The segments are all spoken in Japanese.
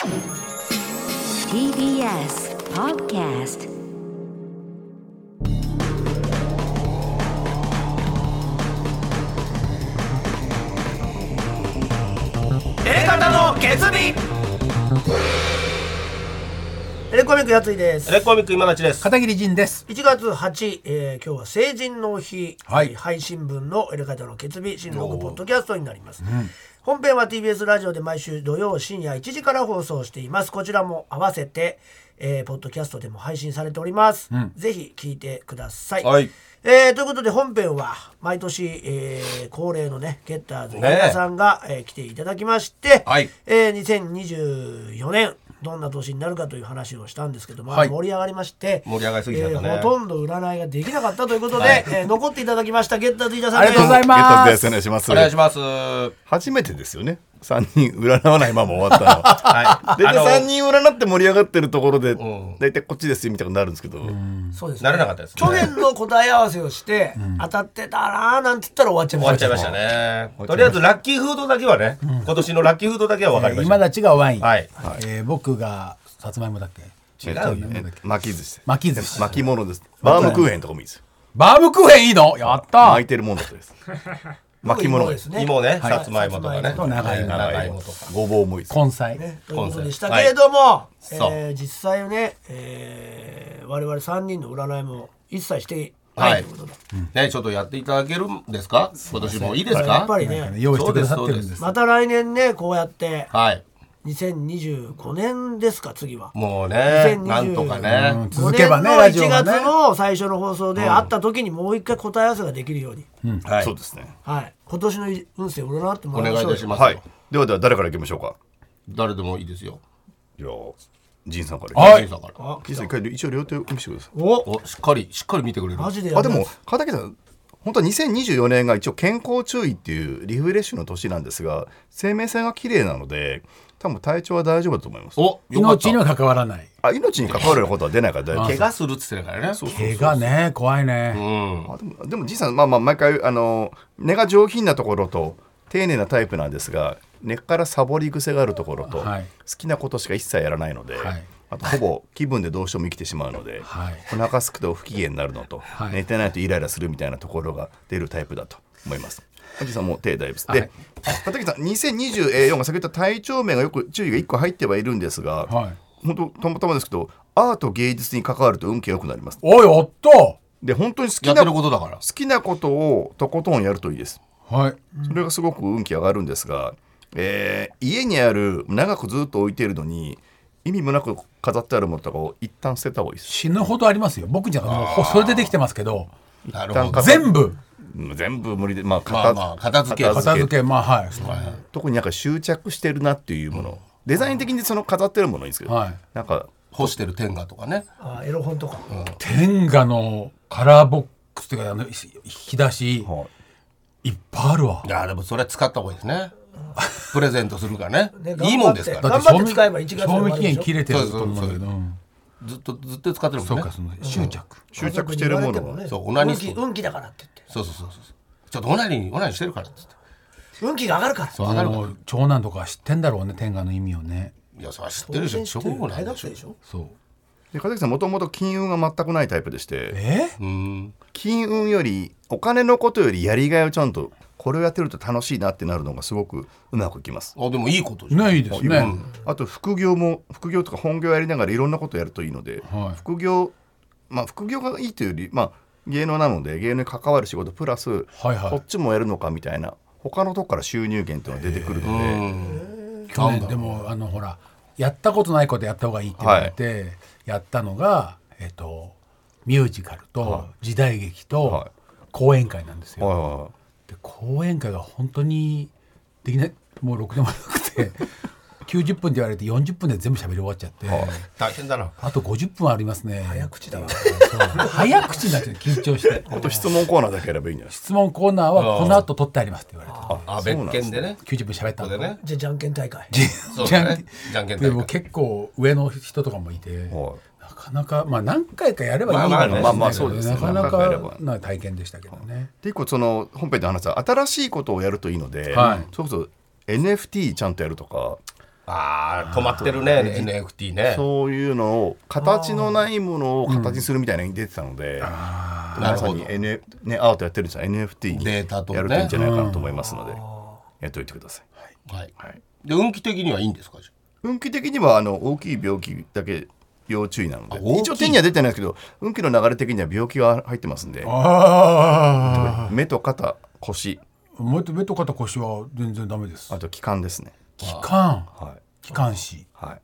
TBS Podcast。 エレカタの決意。エレコミックやついです。 エレコミック今立ちです。 片桐仁です。 1月8、今日は成人の日、 はい、 配信分のエレカタの決意新録ポッドキャストになります、本編は TBS ラジオで毎週土曜深夜1時から放送しています。こちらも合わせて、ポッドキャストでも配信されております、ぜひ聞いてください、はい。ということで本編は毎年、恒例のねゲッターズ皆さんが、来ていただきまして、はい、2024年どんな年になるかという話をしたんですけども、はい、盛り上がりまして、 盛り上がりすぎちゃったね、 ほとんど占いができなかったということで、はい、残っていただきましたゲッターズ飯田さんです。ありがとうございます。 ゲッターズです。お願いします。 お願いします。 初めてですよね、3人占わないまま終わったのはい。で3人占って盛り上がってるところでだいたいこっちですよみたいになるんですけど、 そうですね、 なれなかったですね。 去年の答え合わせをして、当たってたなーなんて言ったら終わっちゃいましたね。とりあえずラッキーフードだけはね、今年のラッキーフードだけは分かりました。 今立ちがワイン、 はい、 僕がさつまいもだっけ。 違うよ、 巻き寿司。 巻き寿司。 巻き物です。バームクーヘンとかもいいですよ。 バームクーヘンいいの？やったー。 巻いてるもんだとです。巻き物ですね。 芋ね、さつまいもとかね。 長芋とか。 ごぼうもいいです。 根菜。 ということでしたけれども、実際ね、我々3人の占いも一切してないということで。 ね、ちょっとやっていただけるんですか？今年もいいですか？ やっぱりね、 用意してくださってるんです。 また来年ね、こうやって。 はい。 2025年ですか、次はもうね、なんとかね、 続けばね、 ラジオがね、1月の最初の放送で会った時にもう一回答え合わせができるように、 そうですね、 はい、今年の運勢を占ってもらいましょう。 お願いいたします。 はい、では誰からいきましょうか。 誰でもいいですよ。 じゃあ仁さんから。 はい、仁さんから。 仁さん一回一応両手を見せてください。 お、しっかり見てくれる。 マジで。 でも片桐さん、本当は2024年が一応健康注意っていうリフレッシュの年なんですが、生命線が綺麗なので多分体調は大丈夫だと思います。 命には関わらない。 命に関わることは出ないから大丈夫。 怪我するっつってるからね。 怪我ね、怖いね。 でもじいさん、毎回根が上品なところと丁寧なタイプなんですが、根っからサボり癖があるところと、好きなことしか一切やらないので、あとほぼ気分でどうしても生きてしまうので、お腹すくと不機嫌になるのと、寝てないとイライラするみたいなところが出るタイプだと思います。おじさんも手大丈夫です。で、片桐さん2024が先ほど体調面がよく注意が1個入ってはいるんですが、本当たまたまですけど、アート芸術に関わると運気が良くなります。 おい、おっと。 で、本当に好きなことをとことんやるといいです。はい。それがすごく運気上がるんですが、家にある長くずっと置いているのに意味もなく飾ってあるものとかを一旦捨てた方がいいです。 死ぬほどありますよ。僕じゃそれでできてますけど、全部無理で、 片付け、 特になんか執着してるなっていうもの、デザイン的にその飾ってるものいいんですけど、なんか干してる天下とかね、 エロ本とか、 天下のカラーボックスというか引き出し、いっぱいあるわ。 いやでもそれ使った方がいいですね。プレゼントするからね、いいもんですから。 頑張って使えば1月賞味期限切れてると思うけど、 ずっと使ってるもんね。 そうか、執着してるものは、 そう、オナニスト、 運気だからって言って、 そうちょっとオナニしてるからって言って、 運気が上がるから。 そう、長男とか知ってんだろうね、天下の意味をね。 いや、それは知ってるでしょ。 大学生でしょ。 そうで、片桐さんもともと金運が全くないタイプでして、金運よりお金のことよりやりがいをちゃんと、これをやってると楽しいなってなるのがすごくうまくいきます。 でもいいことね、いいですね。 あと副業とか本業やりながらいろんなことやるといいので、副業がいいというより、芸能なので芸能に関わる仕事プラス、こっちもやるのかみたいな他のとこから収入源っていうのが出てくるので、 去年でもほらやったことないことやった方がいいって言われて、やったのがミュージカルと時代劇と講演会なんですよ。で、講演会が本当にできない、もうろくでもなくて90分って言われて40分で全部喋り終わっちゃって、 大変だな。 あと50分ありますね。 早口だわ。 早口になって緊張して。 あと質問コーナーだけやればいいんじゃないですか。 質問コーナーはこの後取ってありますって言われて、 別件でね、 90分喋ったんでね。 じゃんけん大会。 じゃんけん大会。でも結構上の人とかもいて、なかなか何回かやればいいかもしれないけど、なかなかな体験でしたけどね。 結構その本編で話した新しいことをやるといいので、それこそ NFT ちゃんとやるとか。 止まってるね NFT ね。 そういうのを形のないものを形にするみたいなのに出てたので、まさに、アートやってるんですよ NFT データとねやるといいんじゃないかなと思いますので、やっておいてください。 はいはい、で運気的にはいいんですか？ 運気的には大きい病気だけ要注意なので、 大きい一応手には出てないですけど運気の流れ的には病気が入ってますんで、目と肩腰、 目と肩腰は全然ダメです。 あと気管ですね。 気管、 はい、 気管支、 はい、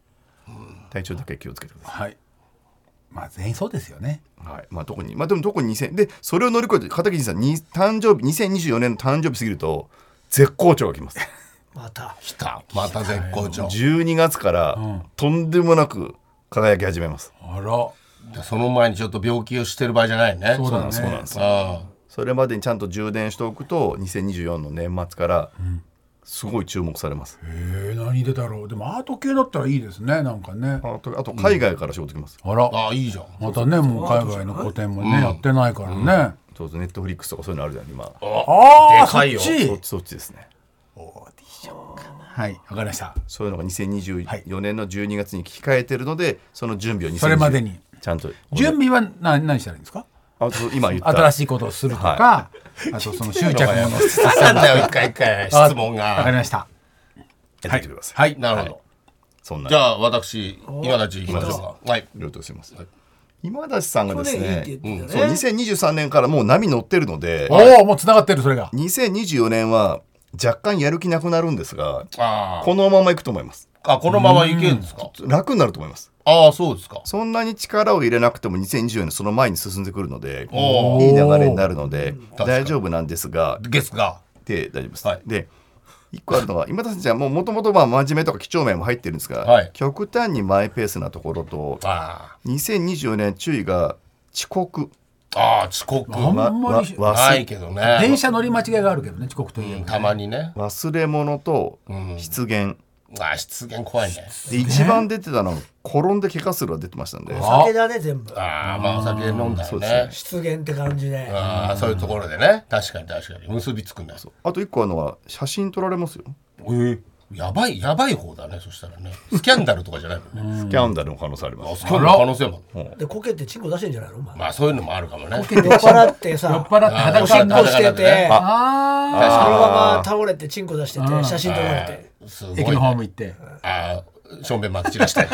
体調だけ気をつけてください。 はい、まあ全員そうですよね。 はい、まあ特に2000でそれを乗り越えて片桐さんに誕生日2024年の誕生日過ぎると絶好調が来ます。 また絶好調。 12月からとんでもなく輝き始めます。 あら、 その前にちょっと病気をしてる場合じゃないね。 そうだね。 そうなんですよ。それまでにちゃんと充電しておくと2024の年末からすごい注目されます。 何でだろう。でもアート系だったらいいですね。なんかね。 あと海外から仕事来ます。 あら、 いいじゃん。 またね、もう海外の個展もね、やってないからね。 そうそう、ネットフリックスとかそういうのあるじゃん今。 でかいよ。 そっちですね。 オーディションかな。はい、わかりました。 そういうのが2024年の12月に控えてるので、その準備をそれまでにちゃんと準備は何したらいいんですか？ 今言った新しいことをするとか、あとその執着のなんだよ一回質問が。 わかりました。 やってみてください。 はい、なるほど。 そんなじゃあ私今立ち行きましょうか。はい、 了解します。今立さんがですね、 去年いいってそう言ってたよね。 2023年からもう波乗ってるので、 もう繋がってるそれが。 2024年は若干やる気なくなるんですが、 あこのままいくと思います。 このままいけるんですか？ 楽になると思います。 そうですか。 そんなに力を入れなくても2024年その前に進んでくるので、 おーいい流れになるのでかに大丈夫なんですが、 大丈夫です。 はいで1個あるのは今田さんじゃもともと真面目とか几帳面も入ってるんですが、 はい極端にマイペースなところと2024年注意が遅刻。 遅刻あんまりないけどね。 電車乗り間違いがあるけどね、遅刻といえば、 たまにね。 忘れ物と失言、 失言怖いね。 で一番出てたのは転んで怪我するは出てましたんで、 お酒だね全部。 お酒飲んだよね。 失言って感じで。 そういうところでね、確かに結びつくんだよ。 あと1個あるのは写真撮られますよ。 やばい方だね。そしたらね、スキャンダルとかじゃないもんね。 スキャンダルの可能性あります。 スキャンダルの可能性も。 でコケってチンコ出してんじゃないの？ まあそういうのもあるかもね。 酔っ払ってさ、 酔っ払っておしっこしてて、そのあまま倒れてチンコ出してて写真撮られて、 駅のホーム行ってしょんべんまき散らして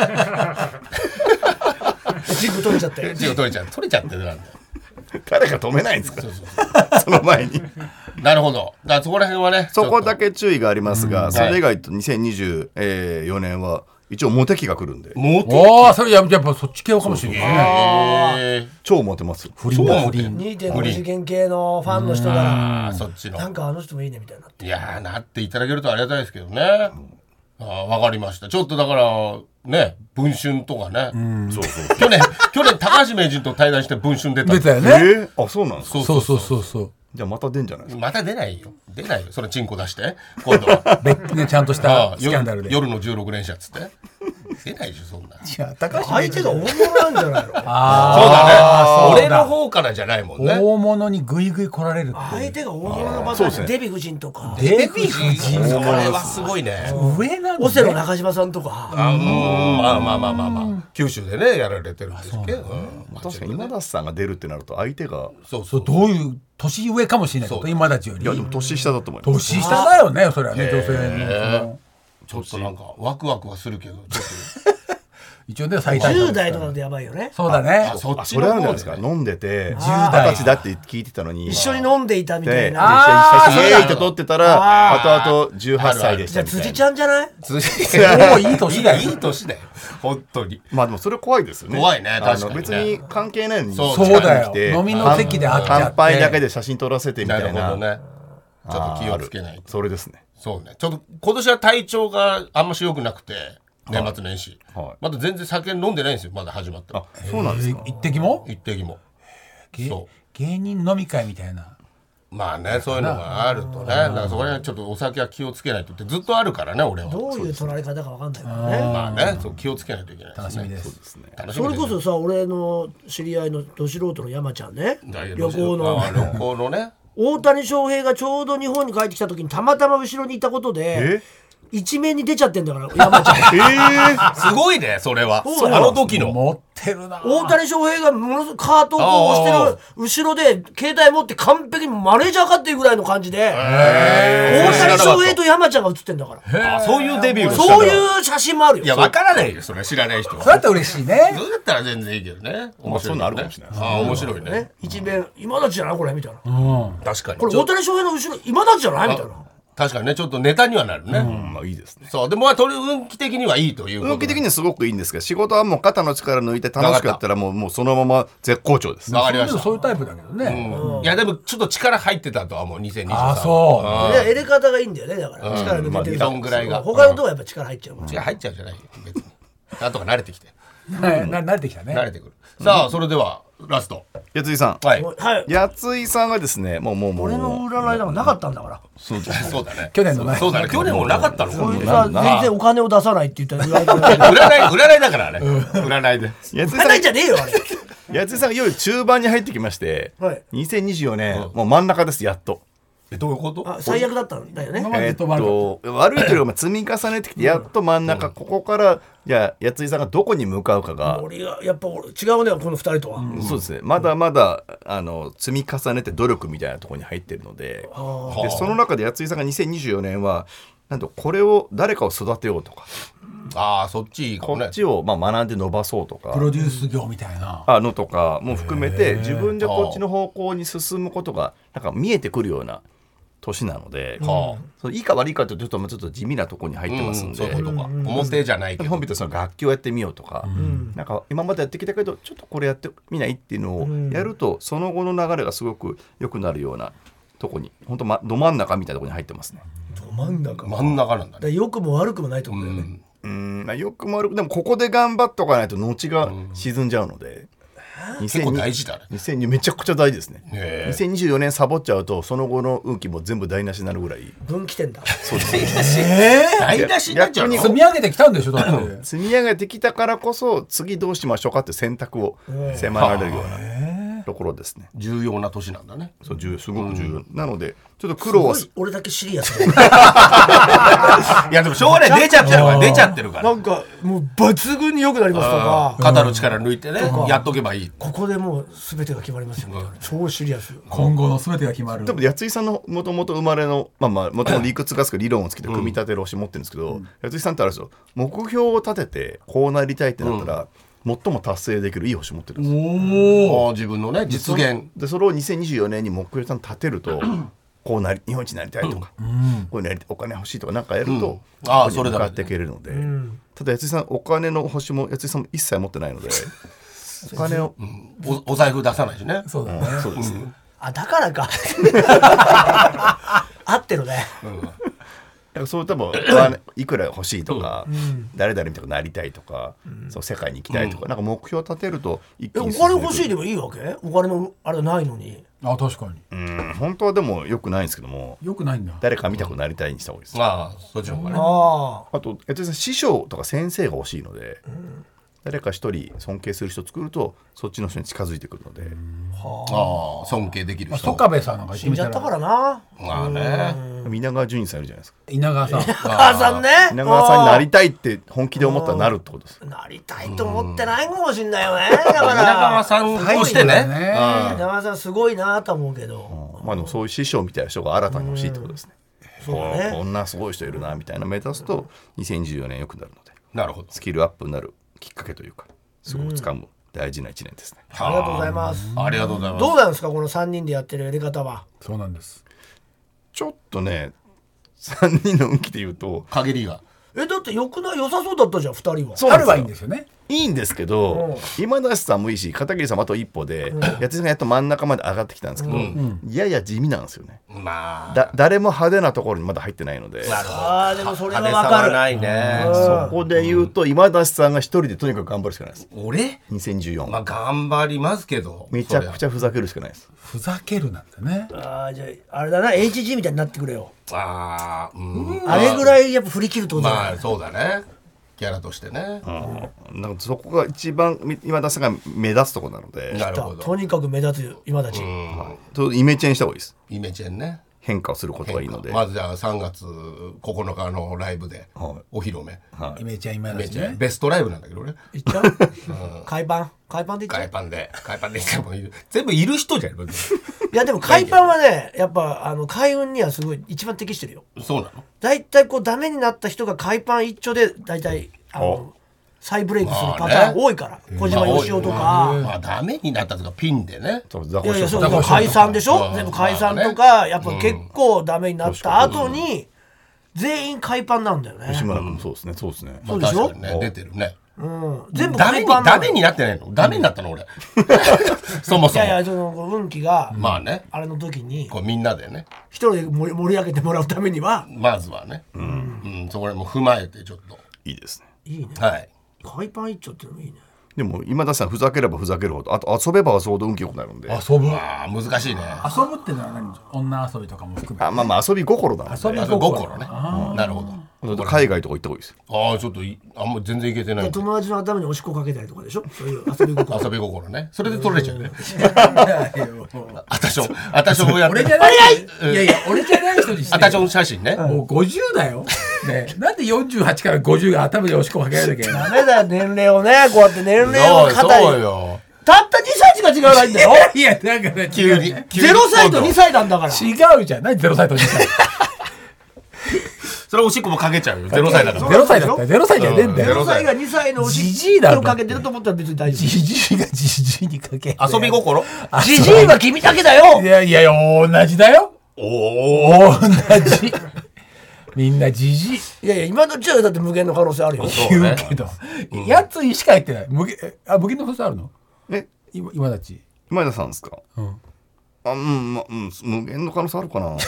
チンコ取れちゃって取れちゃってなんだよ。 誰か止めないんですか？その前に。 なるほど。だからそこら辺はね、 そこだけ注意がありますが、それ以外と2024年は一応モテ期が来るんで、 それやっぱそっち系かもしれないね。 超モテます。 不倫だ不倫。 2.5 次元系のファンの人がそっちのなんかあの人もいいねみたいになって、 いやなっていただけるとありがたいですけどね。わかりました。ちょっとだからね、文春とかね、去年高橋名人と対談して文春出たよね。 そうなんですか？ そうじゃあまた出んじゃないですか？ また出ないよ。それチンコ出して今度はちゃんとしたスキャンダルで夜の16連射っつって出ないでしょそんな。 相手が大物なんじゃないの？ そうだね。俺の方からじゃないもんね。 大物にグイグイ来られるって。 相手が大物のパターンでデヴィ夫人とか、 デヴィ夫人それはすごいね。 上なんでオセロ中島さんとか、 まあ九州でねやられてるんですけど、 確かに今田さんが出るってなると相手がそうどういう年上かもしれないけど、今たちより。 いやでも年下だと思います。 年下だよね、それはね、女性の。 ちょっとなんかワクワクはするけど、ちょっと一応ね最大 10代とかでやばいよね。 そうだね。 そっちそれあるじゃないの方ですか。飲んでて 10代 20歳だって聞いてたのに一緒に飲んでいたみたいでな。 写真イエーイと撮ってたら後々18歳でしじゃあたみたいな。 辻ちゃんじゃない？ もういい年だよ。 いい年だよ本当に。 まあでもそれ怖いですよね。 怖いね、確かにね。 別に関係ないのにそうだよ。飲みの席で会っちゃって乾杯だけで写真撮らせてみたいな。 なるほどね。ちょっと気をつけないと。 それですね。 そうね。ちょっと今年は体調があんまし良くなくて、年末年始、まだ全然酒飲んでないんですよ。まだ始まった。 そうなんですか？ 一滴も芸人飲み会みたいな。 まあね、そういうのがあるとね、だからそこら辺ちょっとお酒は気をつけないとってずっとあるからね、俺は。 どういう取られ方か分かんないからね。 まあね、そう気をつけないといけない楽しみです。 それこそさ、俺の知り合いのど素人の山ちゃんね、旅行のね、 大谷翔平がちょうど日本に帰ってきた時にたまたま後ろにいたことで、 一面に出ちゃってんだから山ちゃんすごいねそれは。 そうだよあの時の持ってるな。 大谷翔平がものすごくカートをこう押してる後ろで携帯持って完璧にマネージャーかっていうぐらいの感じで大谷翔平と山ちゃんが写ってんだからあそういうデビューの仕方そういう写真もあるよ。 いや分からないよそれ知らない人は。 それだったら嬉しいね。 そうだったら全然いいけどね。面白いね。 そういうのあるかもしれないですあ面白いねね。一面今立ちじゃないこれみたいな。 確かに。 これ大谷翔平の後ろ今立ちじゃないみたいな。 確かにねちょっとネタにはなるね。 まあいいですね。 そうでも運気的にはいいということ。 運気的にはすごくいいんですけど、仕事はもう肩の力抜いて楽しくやったらもうそのまま絶好調です。 わかりました。 そういうタイプだけどね。 いやでもちょっと力入ってたとは思う2023。 あそう。 で入れ方がいいんだよねだから力抜けてる。 そんぐらいが。 他のとこはやっぱ力入っちゃうから。 違う入っちゃうじゃないよ別に。なんとか慣れてきて。 慣れてきたね。 慣れてくる。さあそれではラスト。 やついさん。 はい。 はい。 やついさんがですね、もう。 俺の占いなんかなかったんだから。 そうだね。 去年のね。 そうだね。去年もなかったの。 こいつは全然お金を出さないって言ったら占いだからね。占いで。 やついさん占いじゃねえよあれ。 やついさんがいよいよ中盤に入ってきまして、 はい 2024年もう真ん中ですやっと。 どういうこと？ あ最悪だったんだよね。 ずっと悪か悪いというか積み重ねてきてやっと真ん中、ここからじゃあやついさんがどこに向かうかが、 俺がやっぱ違うねこの二人とは。 そうですね、まだまだ積み重ねて努力みたいなところに入ってるので、でその中でやついさんが2024年はなんとこれを誰かを育てようとか、 ああそっちいいかもね。 こっちを学んで伸ばそうとかプロデュース業みたいな。 のとかも含めて自分でこっちの方向に進むことがなんか見えてくるような年なので、そのいいか悪いかというとちょっと地味なところに入ってますんで、 そういうことか。表じゃないけど。 本日はその楽器をやってみようとか、なんか今までやってきたけどちょっとこれやってみないっていうのをやると、その後の流れがすごく良くなるようなとこに本当ど真ん中みたいなところに入ってますね。 ど真ん中。 真ん中なんだね。 良くも悪くもないところだよね。 よくも悪くでもここで頑張っとかないと後が沈んじゃうので、 結構大事だね。 2020めちゃくちゃ大事ですね。 へー 2024年サボっちゃうとその後の運気も全部台無しになるぐらい。 分岐点だ。 そうです台無しになっちゃうの。 積み上げてきたんでしょだって。 積み上げてきたからこそ次どうしましょうかって選択を迫られるようなところですね。 重要な年なんだね。 そうすごく重要、なのでちょっと苦労はすごい俺だけシリアスだよ。 いやでもしょうがない出ちゃってるからなんかもう抜群に良くなりますとか、 肩の力抜いてねやっとけばいい。 ここでもう全てが決まりますよみたいな。超シリアス。 今後の全てが決まる。 でもやついさんのもともと生まれのもともと理屈がつく理論をつけて組み立てる星持ってるんですけど、やついさんってあれですよ、目標を立ててこうなりたいってなったら、最も達成できるいい星持ってるんですよ。 自分のね実現でそれを2024年に目標さん立てるとこうなり日本一になりたいとか、こういうのお金欲しいとかなんかやると、ここに向かっていけるので、ただやついさんお金の星もやついさんも一切持ってないのでお金を、 お財布出さないしね。 そうだね。 そうですね、 だからか。合ってるね。 だからそう多分いくら欲しいとか、誰々みたいになりたいとか、そう世界に行きたいとか、なんか目標を立てると一気おに金欲しいでもいいわけ？お金のあれないのに。 あ確かに。 本当はでもよくないんですけども、 よくないんだ。 誰か見たくなりたいにした方がいいです。 まあそっちの方がね。 ああと師匠とか先生が欲しいので、誰か一人尊敬する人を作るとそっちの人に近づいてくるので、 ああ尊敬できる人。 曽我部さんなんかあ、 言ってみた死んじゃったからら。 な。 まあね。 皆川淳二さんいるじゃないですか。 稲川さん。 母さんね。 稲川さんになりたいって本気で思ったらなるってことです。 なりたいと思ってないかもしんないよね。だから稲川さんとしてね。 稲川さんすごいなと思うけど。 でもそういう師匠みたいな人が新たに欲しいってことですね。 そうだね。 こんなすごい人いるなみたいな目指すと2024年良くなるので、 なるほど。 スキルアップになるきっかけというか、すごく掴む大事な1年ですね。 ありがとうございます。 ありがとうございます。 どうなんですかこの3人でやってるやり方は。 そうなんです。 ちょっとね3人の運気で言うと陰りが。 だって良さそうだったじゃん2人は。 そうなんですよ春はいいんですよね。 いいんですけど、今田さんもいいし片桐さんもあと一歩で、やついさんがやっと真ん中まで上がってきたんですけど、やや地味なんですよね。 まあ。 誰も派手なところにまだ入ってないので、 なるほど。 ああでもそれは派手さはわかる。 ないね。 そこで言うと今田さんが一人でとにかく頑張るしかないです。 俺？ 2014、 まあ頑張りますけど。 めちゃくちゃふざけるしかないです。 ふざけるなんてね。 ああじゃああれだな HG みたいになってくれよ。 ああ、 あれぐらいやっぱ振り切るってことだね。 まあそうだね。キャラとしてね。 なんかそこが一番今田さんが目立つところなので、 なるほど。 とにかく目立つ今たち。 イメチェンした方がいいです。 イメチェンね。 変化をすることがいいので、 まずじゃあ3月9日のライブでお披露目、 イメチェン今ですね。 ベストライブなんだけど俺いっちゃう海パンでいっちゃう。 海パンでいってもいる全部いる人じゃん。 いやでも海パンはねやっぱ海運にはすごい一番適してるよ。 そうなの。 だいたいこうダメになった人が海パン一丁でだいたい再ブレイクするパターン多いから、小島よしおとか、 まあダメになったとかピンでね。 いやいやそうだ解散でしょ。全部解散とかやっぱ結構ダメになった後に全員海パンなんだよね。 吉村君そうですね。そうですね。 そうでしょ。 出てるね。 全部海パンダメになってないの。ダメになったの俺。そもそも。 いやいやその運気がまあね。 あれの時にこうみんなでね。 一人で盛り上げてもらうためにはまずはね。そこらも踏まえてちょっといいですね。 いいね。 はい。 海パン一丁ってのもいいね。 でも今田さんふざければふざけるほどあと遊べば遊ぶほど運気良くなるんで。 遊ぶ。 ああ難しいね。 遊ぶってのは何？女遊びとかも含め。 まあ遊び心だもんね。 遊び心ね。なるほど。 海外とか行った方がいいですよ。 ああちょっとあんま全然いけてない。 友達の頭におしっこかけたりとかでしょ。そういう遊び心。 遊び心ね。それで取れちゃうね。あたしょんやって。 俺じゃない。いやいや俺じゃない人にして。 あたしょん写真ね。 もう50だよ。ねなんで48から50が頭におしっこかけられなきゃいけない。 ダメだよ年齢をねこうやって年齢を肩に。 そうよ。 たった2歳しか違わないんだよ。 いやだから急に 0歳と2歳なんだから。 違うじゃん。何0歳と2歳。 それおしっこもかけちゃうよ。0歳だから。 0歳だった0歳じゃねえんだよ。 0歳が2歳のおしっこをかけてると思ったら別に大丈じじいがじじいにかけ遊び心。 夫。じじいは君だけだよ。 いやいや同じだよ。 おお。 同じ。みんなじじいいやいや今のうちはだって無限の可能性あるよ。 言うけど、やついしか言ってない。無限の可能性あるの？今たち。 今田さんですか。無限の可能性あるかな。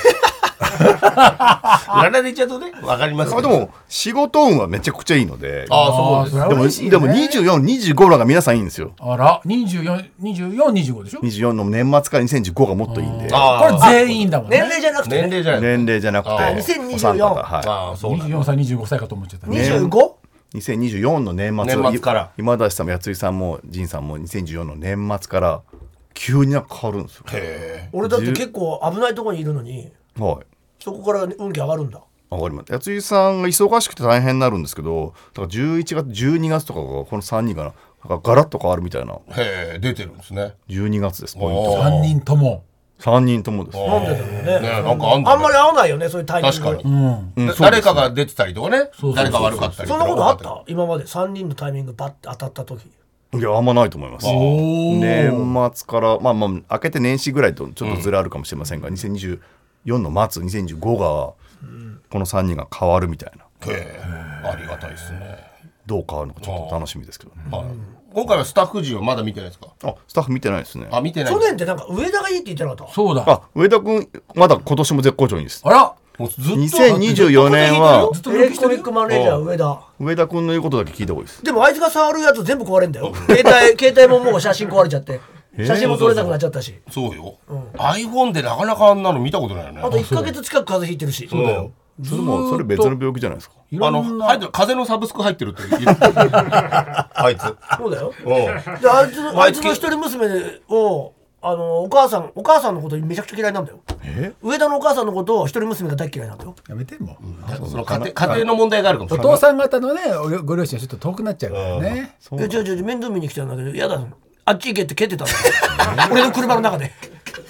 占いで言っちゃうとねわかりますけど。 でも仕事運はめちゃくちゃいいので。 そうです。 でも24、25らが皆さんいいんですよ。 あら、24、25でしょ。 24の年末から2015がもっといいんで。 これ全員いいんだもんね。 年齢じゃなくて。 年齢じゃなくて。 2024。 はい。 24歳、25歳かと思っちゃった。 25？2024 の年末から今田さんも八井さんも仁さんも2014の年末から急に変わるんですよ。 俺だって結構危ないところにいるのに、 はい、 そこから運気上がるんだ。 上がります。八井さんが忙しくて大変になるんですけど、だから11月12月とかがこの3人がガラッと変わるみたいな。 へえ出てるんですね。 12月ですポイント。 3人ともです。 なんでだろうね。 なんかあんまり合わないよねそういうタイミング。 確かに。誰かが出てたりとかね。誰か悪かったり。 そんなことあった？今まで3人のタイミングバッて当たった時。 いやあんまないと思います。年末からまあ明けて年始ぐらいとちょっとずれあるかもしれませんが、2024の末2025がこの3人が変わるみたいな。 ありがたいですね。 どう変わるのかちょっと楽しみですけどね。 今回はスタッフ陣はまだ見てないですか？ スタッフ見てないですね。 見てない。 去年ってなんか上田がいいって言ってなかった？ そうだ。 上田君まだ今年も絶好調にです。 あら 2024年はエレクトリックマネージャー上田君の言うことだけ聞いた方がいいです。 でもあいつが触るやつ全部壊れんだよ。携帯ももう写真壊れちゃって写真も撮れなくなっちゃったし。 そうよ。iPhone でなかなかあんなの見たことないよね。 あと1ヶ月近く風邪ひいてるし。 そうだよ。 それ別の病気じゃないですか。 入ってる風邪のサブスク入ってるって言ってあいつ。 そうだよ。であいつの一人娘をお母さんのことめちゃくちゃ嫌いなんだよ。上田のお母さんのことを一人娘が大嫌いなんだよ。 やめてもその家庭の問題があるかもしれない。 お父さん方のねご両親はちょっと遠くなっちゃうからね。 面倒見に来たんだけどやだあっち行けって蹴ってたんだよ。俺の車の中で。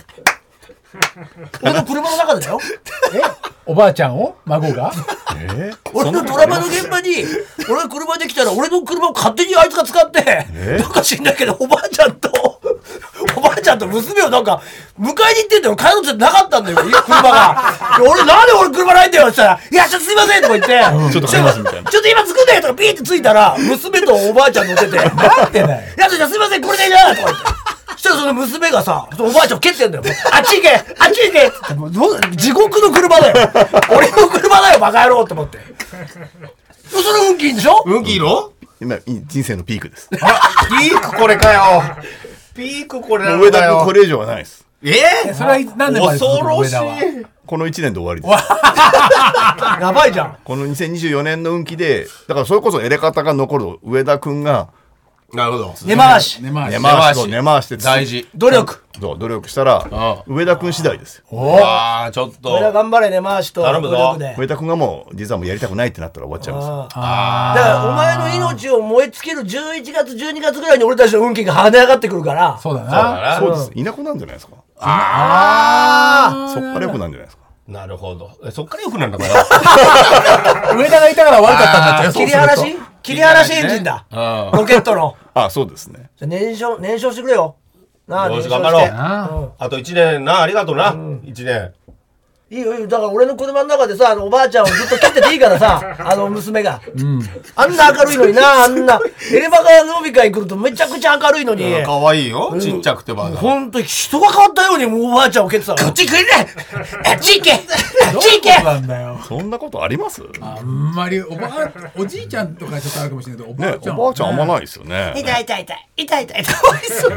俺の車の中でだよ。 おばあちゃんを孫が俺のドラマの現場に俺が車で来たら俺の車を勝手にあいつが使ってなんか知んないけどおばあちゃんと娘をなんか迎えに行ってんだよ。帰ろうってなかったんだよ車が。なんで俺車ないんだよって言ったら「いやちょっとすいません」とか言って「ちょっと今作んだよ」とかピーってついたら娘とおばあちゃん乗ってて「なんでだよいやじゃあすいませんこれでいいな」とか言って。そしたらその娘がさおばあちゃんを蹴ってんだよ。あっち行けあっち行けって地獄の車だよ。俺の車だよバカ野郎って思って。それ運気いいんでしょ？ 運気いいの？ 今人生のピークです。 ピークこれかよ。ピークこれなんだよ。 上田君これ以上はないです。 それは何年まで続くの？ 恐ろしい。 この1年で終わりです。 やばいじゃん。 この2024年の運気でだからそれこそエレカタが残る上田君がなるほど。 根回し。 根回し。 根回して大事。 努力。 そう努力したら上田君次第ですよ。 ああちょっと。 俺ら頑張れ根回しと頼むぞ努力で。 上田君がもう実はもうやりたくないってなったら終わっちゃうんですよ。 だからお前の命を燃え尽きる11月12月ぐらいに俺たちの運気が跳ね上がってくるから。 そうだな。 そうです。いなくなるんじゃないですか。そっから良くなるんじゃないですか。 なるほど。そっから良くなるのかな。 上田がいたから悪かったんだって。 切り離しエンジンだ。ロケットの。 そうですね。 燃焼してくれよ。なあ、 よし燃焼頑張ろう。 してあと1年な、ありがとうな。1年。 いいよいいよ。だから俺の車の中でさ、おばあちゃんをずっと切ってていいからさ、娘が。あんな明るいのにな、あんな。エレバカノビカに来るとめちゃくちゃ明るいのに。 可愛いよ。ちっちゃくてまだ。 ほんと人が変わったようにおばあちゃんを蹴ってたの。こっち来いねあっち行けあっち行けなんだよ。 そんなことあります？ あんまりおじいちゃんとかちょっとあるかもしれないけど、おばあちゃん。 おばあちゃんあんまないですよね。 痛いかわいそう。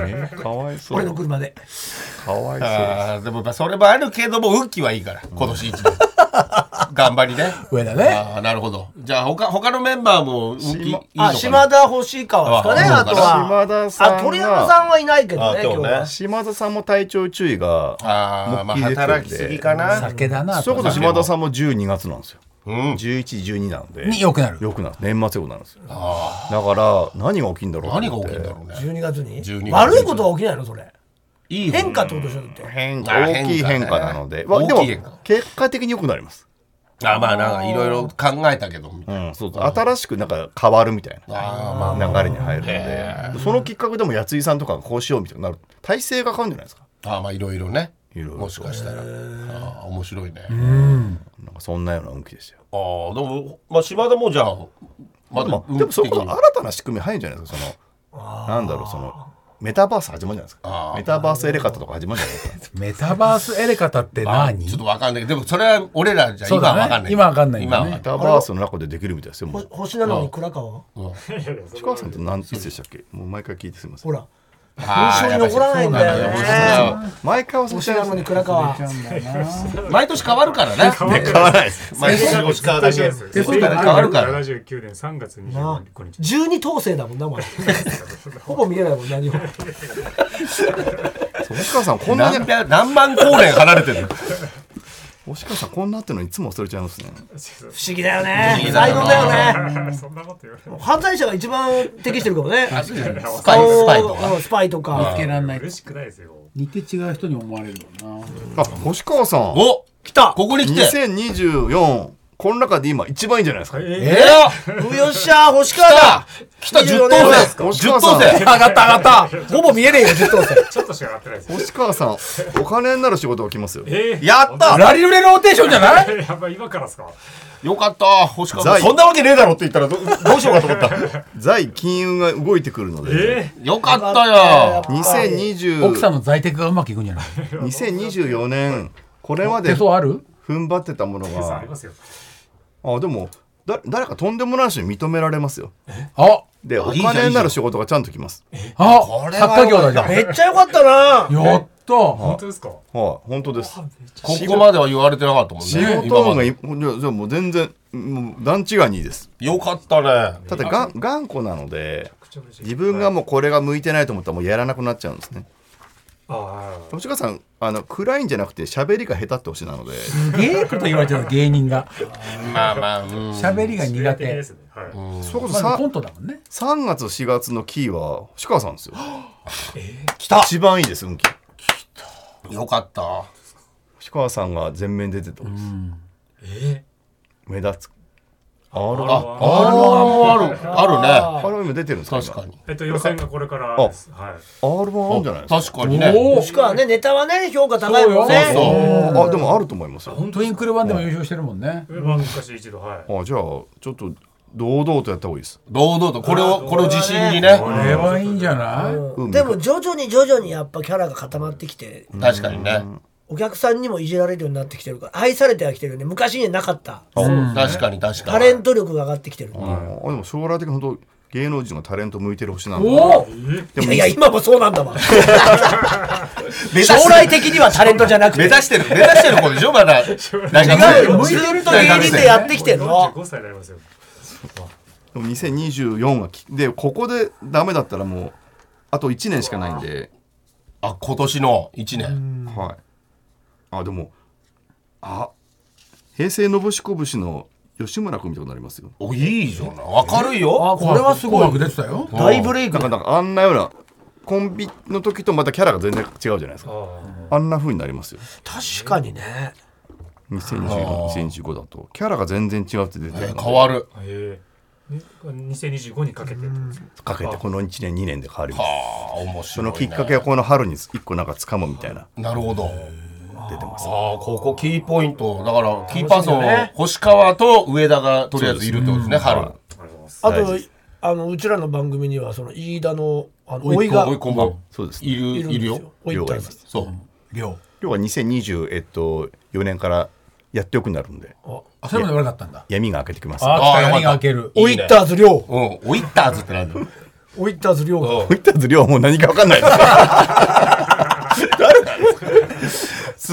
かわいそう。 俺の車で。 かわいそう。 でもそれもあるけども運気はいいから今年1年頑張りね。 上だね。 なるほど。じゃあ他のメンバーも運気いいのかな。 島田星川ですかね。あとは島田さんが鳥山さんはいないけどね今日ね。 島田さんも体調注意が働きすぎかな。 酒だな。 そういうこと島田さんも12月なんですよ。 11、 12なのでに良くなる。 年末良くなるんですよ。だから何が起きるんだろう。 何が起きるんだろうね。 12月に悪いことは起きないのそれ。変化ってことでしょ。だって大きい変化なので、でも結果的に良くなります。 なんかいろいろ考えたけど、 そう新しくなんか変わるみたいな流れに入るので、そのきっかけでもやついさんとかがこうしようみたいになる体制が変わるんじゃないですか。 いろいろね。もしかしたら面白いね。 なんかそんなような運気でしたよ。 でも島田もじゃあでもそこ新たな仕組み入るんじゃないですか。なんだろう、そのメタバース始まるじゃないですか。メタバースエレカタとか始まるじゃないですか。 メタバースエレカタって何？ ちょっとわかんないけど、でもそれは俺らじゃ今はわかんない。 今わかんない。 メタバースの中でできるみたいですよ。 星なのに倉川。 星川さんって何つでしたっけ？もう毎回聞いてすみません。 ほら。印象に残らないんだよね。 毎回星なのに倉川。 毎年変わるからね。 変わらないです。 毎年星川だけ。変わるから。 79年3月25日。 12等星だもんなお前。ほぼ見えないもん何も。 星川さんこんなに何万光年離れてる。 星川さんこんなってのいつも忘れちゃいますね。 不思議だよね。才能だよね。 そんなこと言われる。 犯罪者が一番適してるかもね。スパイとか。 見つけらんない。 嬉しくないですよ。 似て違う人に思われるもんあ、 な。 星川さん。 お、来た。ここに来て。 2024。この中で今一番いいんじゃないですか。 よっしゃー、星川だ。 来た10等星。10等星。 上がったほぼ見えねえよ10等星。 ちょっとしか上がってないです。 星川さん、お金になる仕事が来ますよ。 やったラリルレローテーションじゃない？ やばい今からですか。 よかった星川さん。そんなわけねえだろって言ったらどうしようかと思った。 財金運が動いてくるので。 よかったよ。 奥さんの在宅がうまくいくんじゃない ？2024年これまで手相ある？ 踏ん張ってたものが。でも誰かとんでもない人に認められますよ。でお金になる仕事がちゃんと来ます。 作家業だじゃん。 めっちゃよかったな。 やった。 本当ですか？ 本当です。 ここまでは言われてなかったもんね。 仕事がじゃあもう全然もう段違いにいいです。 よかったね。 ただ頑固なので自分がもうこれが向いてないと思ったらもうやらなくなっちゃうんですね。星川さん暗いんじゃなくて喋りが下手ってほしいなので。 すげえこと言われてる芸人が。 まあ喋りが苦手。 そういうことコントだもんね。 3月4月のキーは星川さんですよ。 来た。 一番いいです運気。 よかった。 星川さんが前面出てたんです。目立つ。 R1 もあるね。 R1 出てるんですか？ 確かに。 予選がこれからです。はい。 R1 あるんじゃないですか？ 確かにね。 星川ね、ネタはね評価高いもんね。 でもあると思いますよ。 トゥインクル1でも優勝してるもんね。 昔一度はい。 じゃあちょっと堂々とやった方がいいです。 堂々とこれを自信にね。 これはいいんじゃない？ でも徐々にやっぱキャラが固まってきて。 確かにね。 お客さんにもいじられるようになってきてるから愛されてはきてるよね。昔になかった。 確かにタレント力が上がってきてる。 でも将来的に本当芸能人のタレント向いてる星なんで。いや今もそうなんだわ。将来的にはタレントじゃなくて目指してる子でしょまだ。違うよ。ずっと芸人でやってきてるの。 5歳になりますよ。 でも2024はでここでダメだったらもうあと1年しかないんで。 あ、今年の1年。 はい。あ、でも平成のぶしこ節の吉村君みたいになりますよ。 お、いいじゃない。明るいよ。 あ、これはすごい。 紅白出てたよ。 大ブレイク。 なんかあんなようなコンビの時とまたキャラが全然違うじゃないですか。あんな風になりますよ。 確かにね。 2025だとキャラが全然違うって出てるので変わる。 2025にかけてかけてこの1年2年で変わります。 ああ、面白いね。 そのきっかけはこの春に1個なんか掴むみたいななるほど。 出てます。 ああ、ここキーポイントだからキーパーソン、星川と上田がとりあえずいるってことですね。春。 あとうちらの番組にはその飯田の甥が追い込む。 そうです。 いるよ。 甥がいます。 そう。 今日は2024年からやってよくなるんで。 あ、それまで悪かったんだ。 闇が明けてきます。 闇が明ける。 オイッターズ亮。 うん、オイッターズってなんだよ。 オイッターズ亮。 オイッターズ亮はもう何か分かんないです。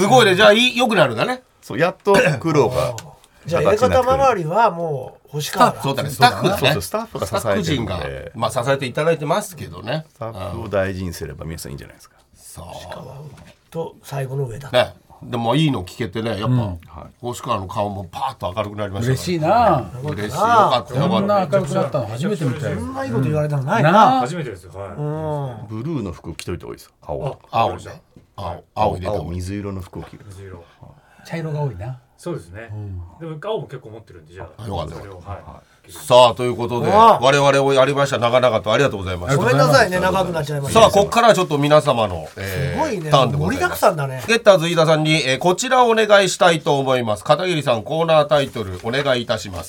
すごいね。じゃあ良くなるんだね。 そうやっと苦労が。 じゃあやり方周りはもう星川だ。 そうだね。スタッフだね。 スタッフが支えてるので、 まあ支えていただいてますけどね。 スタッフを大事にすれば皆さんいいんじゃないですか。 そう。 と最後の上だ。 ね。でもいいの聞けてね、やっぱ星川の顔もパーッと明るくなりました。 嬉しいな。 嬉しい。よかった。 こんな明るくなったの初めて見たよ。 そんないいこと言われたのないな。 初めてですよ。はブルーの服着といた方がいいです。青入れた方がいい。 水色の服を着る。 水色。 茶色が多いな。 そうですね。でも青も結構持ってるんで、じゃあよかった。 それをはい。 さあということで我々をやりました。長々とありがとうございました。 ごめんなさいね、長くなっちゃいました。 さあここからはちょっと皆様のすごいね、 ターンでございます。 盛りだくさんだね。 ゲッターズ飯田さんにこちらをお願いしたいと思います。片桐さん、コーナータイトルお願いいたします。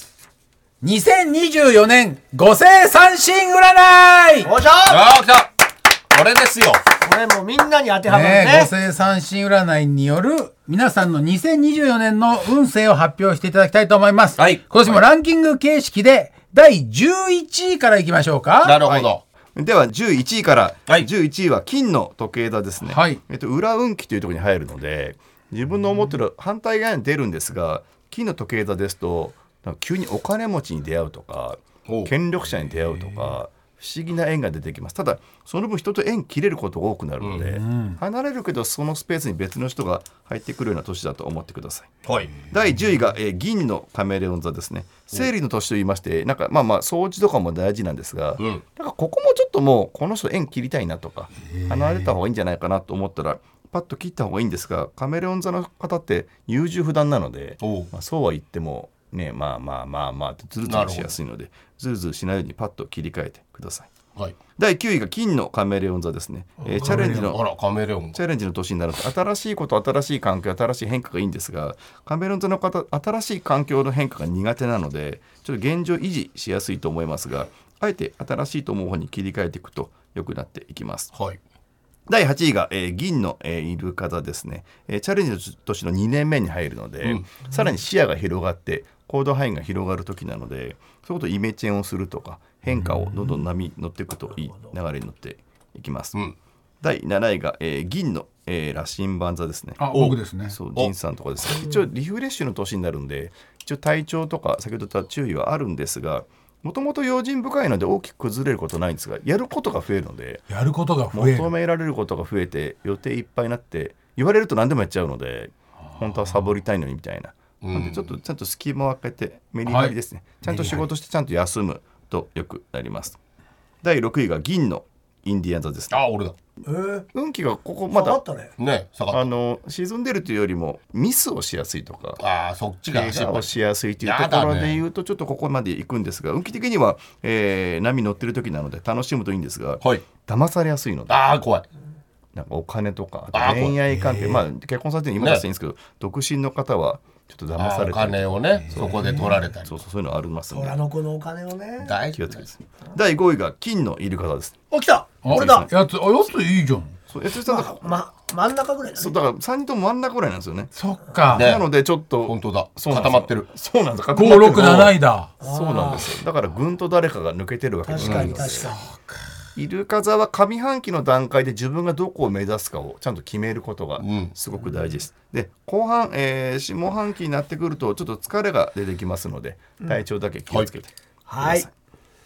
2024年五星三神占い。 おっしゃ来た。これですよ。 これもうみんなに当てはまる五ね。 星三神占いによる皆さんの2024年の運勢を発表していただきたいと思います。 はい。 今年もランキング形式で第11位からいきましょうか。 なるほど。 では11位から、 はい、 11位は金の時計座ですね。 はい。 裏運気というところに入るので、自分の思ってる反対側に出るんですが、金の時計座ですと急にお金持ちに出会うとか、権力者に出会うとか。不思議な縁が出てきます。ただその分人と縁切れることが多くなるので、離れるけどそのスペースに別の人が入ってくるような年だと思ってください。 はい、 第10位が、銀のカメレオン座ですね。生理の年と言いまして、なんかまあ掃除とかも大事なんですが、なんかここもちょっともうこの人縁切りたいなとか離れた方がいいんじゃないかなと思ったらパッと切った方がいいんですが、カメレオン座の方って優柔不断なので、そうは言ってもね、まあってズルズルしやすいので、ズルズルしないようにパッと切り替えてください。はい、第9位が金のカメレオン座ですね。チャレンジの年になると新しいこと、新しい環境、新しい変化がいいんですが、カメレオン座の方新しい環境の変化が苦手なのでちょっと現状維持しやすいと思いますが、あえて新しいと思う方に切り替えていくと良くなっていきます。はい、第8位が、銀の、イルカ座ですね。チャレンジの年の2年目に入るので、さらに視野が広がって行動範囲が広がる時なので、そういうことイメチェンをするとか変化をどんどん波に乗っていくといい流れに乗っていきます。第7位が、銀の、羅針盤座ですね。 僕ですね。 そう、銀さんとかです。一応リフレッシュの年になるんで、一応体調とか先ほど言った注意はあるんですが、もともと用心深いので大きく崩れることないんですが、やることが増えるので、求められることが増えて予定いっぱいになって言われると何でもやっちゃうので、本当はサボりたいのにみたいな。なんでちょっと隙間を空けてメリハリですね、ちゃんと仕事してちゃんと休むとよくなります。第6位が銀のインディアン座です、ね。 俺だ。 運気がここまだ下がった沈んでるというよりもミスをしやすいとか、 そっちが怪我をしやすいというところで言うとちょっとここまで行くんですが、運気的には、波乗ってる時なので楽しむといいんですが、騙されやすいので、 怖い。 なんかお金とか恋愛関係、結婚されてる今だっていいんですけど、独身の方はちょっと騙されて、 お金をねそこで取られたり、 そういうのありますので、 虎の子のお金をね、 気をつけて。第5位が金のイルカ座です。 来た、これだ。 やついいじゃん。 真ん中ぐらいだね。 そうだから3人とも真ん中ぐらいなんですよね。 そっか。 なのでちょっと本当だ、固まってる。 そうなんです。 5、6、7位だ。 そうなんですよ。だからぐんと誰かが抜けてるわけじゃないので。 確かにイルカ座は上半期の段階で自分がどこを目指すかをちゃんと決めることがすごく大事です。で後半、下半期になってくるとちょっと疲れが出てきますので、体調だけ気をつけてください。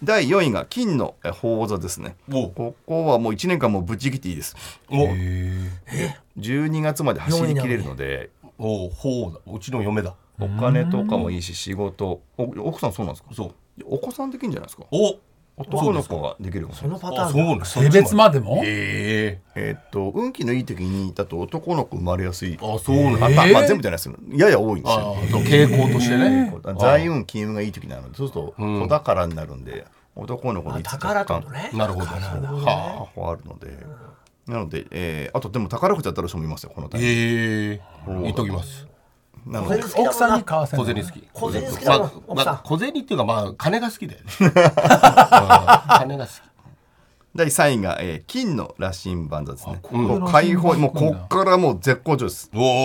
第4位が金の鳳座ですね。ここはもう1年間もうぶっちぎっていいです。12月まで走り切れるので。 鳳だ、うちの嫁だ。 お金とかもいいし、仕事、奥さんそうなんですか。 そう、 お子さんできるんじゃないですか。男の子ができるかもしれない。 そのパターンだ。 性別までも。 運気のいい時にだと男の子生まれやすい。 そうなんまあ全部じゃないですよ。やや多いんですよ。 傾向としてね。 財運金運がいい時なので、そうすると子宝になるんで、男の子に宝ってことね。 なるほど。 はあ、あるので。なので、あとでも宝くじだったら人もいますよ、このタイミング。 言っときます。 奥さんに買わせる。 小銭好き。 小銭好きだもん、奥さん。 小銭っていうか、まあ金が好きだよね。金が好き。 第3位が、金の羅針盤座ですね。開放、もうこっからもう絶好調です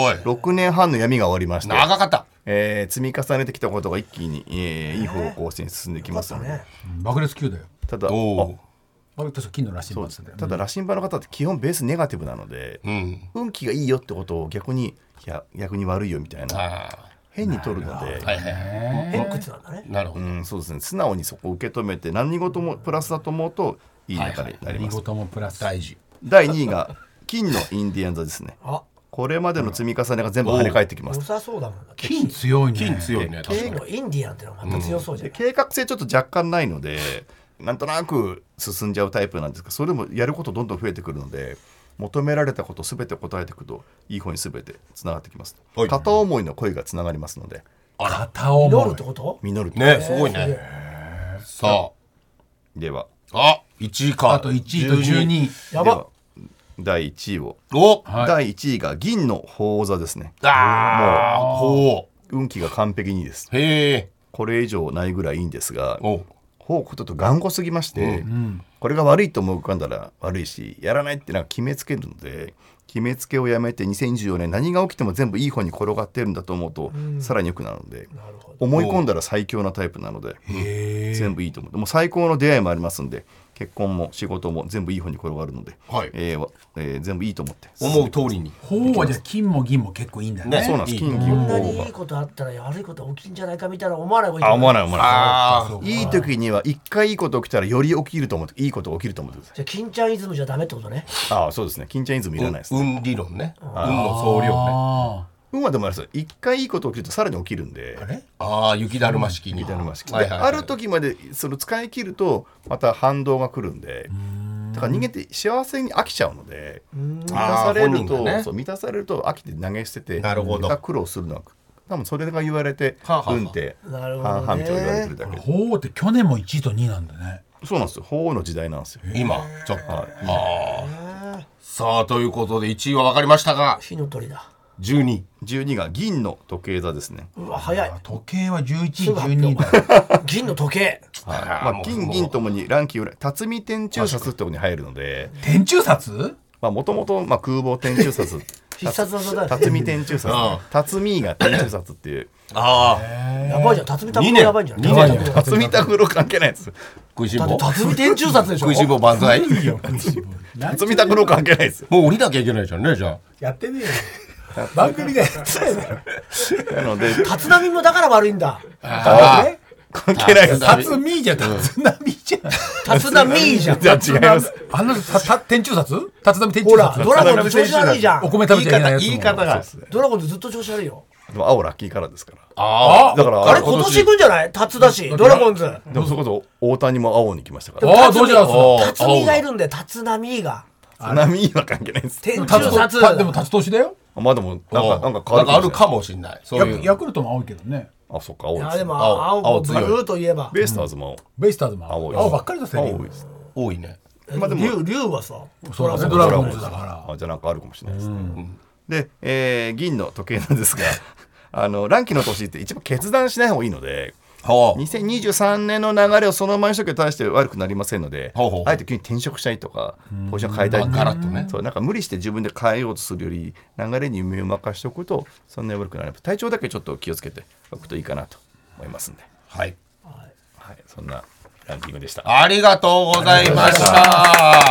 。6年半の闇が終わりました。 長かった。 積み重ねてきたことが一気に、いい方向性に進んできますので。 爆裂級だよ。 ただ、 金の羅針盤ただ羅針盤の方って基本ベースネガティブなので、運気がいいよってことを逆に悪いよみたいな変に取るので、 偏屈なんだね。 なるほど。 そうですね。素直にそこを受け止めて何事もプラスだと思うといい中になります。 何事もプラス。 大事。 第2位が金のインディアン座ですね。これまでの積み重ねが全部跳ね返ってきます。 良さそうだもんな。 金強いね。 金強いね。 金のインディアンってのがまた強そうじゃん。 計画性ちょっと若干ないので、なんとなく進んじゃうタイプなんですが、それでもやることどんどん増えてくるので、求められたことすべて答えていくといい方にすべてつながってきます。片思いの恋がつながりますので。 片思い。 実るってこと？ 実るね、すごいね。さあ、 では 1位か。 あと1位と12位。 やば。 第1位を。第1位が銀の鳳座ですね。もう運気が完璧にいいです。これ以上ないぐらいいいんですが、ちょっと頑固すぎまして、これが悪いと思うかんだら悪いし、やらないってなんか決めつけるので、決めつけをやめて2024年何が起きても全部いい方に転がってるんだと思うと、さらに良くなるので、思い込んだら最強なタイプなので、全部いいと思う。もう最高の出会いもありますんで、結婚も仕事も全部いい方に転がるので、全部いいと思って思う通りに。 鳳はじゃあ金も銀も結構いいんだよね。 そうなんです。金銀こんなに鳳いいことあったら悪いこと起きるんじゃないかみたいな思わない方がいい。 思わない。いい時には一回いいこと起きたらより起きると思って、いいこと起きると思ってください。 じゃあ金ちゃんイズムじゃダメってことね。 そうですね。金ちゃんイズムいらないです。 運理論ね。運の総量ね。 運はでもあれですよ。一回いいこと起きるとさらに起きるんで。 雪だるま式に。 ある時までその使い切るとまた反動が来るんで。だから人間って幸せに飽きちゃうので、満たされると飽きて投げ捨てて苦労するのは多分それが言われて運って半々みたいな言われてるだけで。 鳳って去年も1位と2位なんだね。 そうなんですよ。鳳の時代なんですよ。 今ちょっと。さあということで1位は分かりましたが、 火の鳥だ。 12が銀の時計座ですね。 うわ早い。 時計は11位12位だ。 銀の時計。 金銀ともに乱気裏辰巳天中札ってとこに入るので。 天中札？ もともと空母天中札。 必殺技だよ。 辰巳天中札。辰巳が天中札っていう。 やばいじゃん。辰巳拓郎やばいんじゃない？ 辰巳拓郎関係ないです。 食いしん坊。 辰巳天中札でしょ。 食いしん坊万歳。 辰巳拓郎関係ないです。 もう降りなきゃいけないじゃんね、じゃあ。 やってねえよ。番組がやってないだろ。 なので立浪もだから悪いんだ。 関係ないです。 辰巳じゃん。立浪じゃん。 立浪じゃん。 じゃ違います。 天中札？立浪天中札。 ドラゴンズ調子悪いじゃん。 お米食べちゃいけないやつ。 言い方が。 ドラゴンズずっと調子悪いよ。 でも青ラッキーカラーですから。 だからあれ今年行くんじゃない？辰だしドラゴンズ。 でもそこそ大谷も青に来ましたから。 どうじゃ辰巳がいるんで立浪が。 立浪は関係ないです。 天中札。 でも辰年だよ。 まあでもなんかあるかもしれない。 ヤクルトも青いけどね。 そっか青いです。 いやでも青ブルーといえばベイスターズも青ばっかりだせ。 多いね。 まあでも龍はさドラゴンズだから。 じゃあなんかあるかもしれないですね。で銀の時計なんですが、乱気の年って一番決断しない方がいいので。2023年の流れをそのままにしとけば大して悪くなりませんので、あえて急に転職したいとかポジション変えたいとか、そうなんか無理して自分で変えようとするより流れに身を任しておくとそんなに悪くならない。体調だけちょっと気をつけておくといいかなと思いますんで、はい、そんなランキングでした。 ありがとうございました。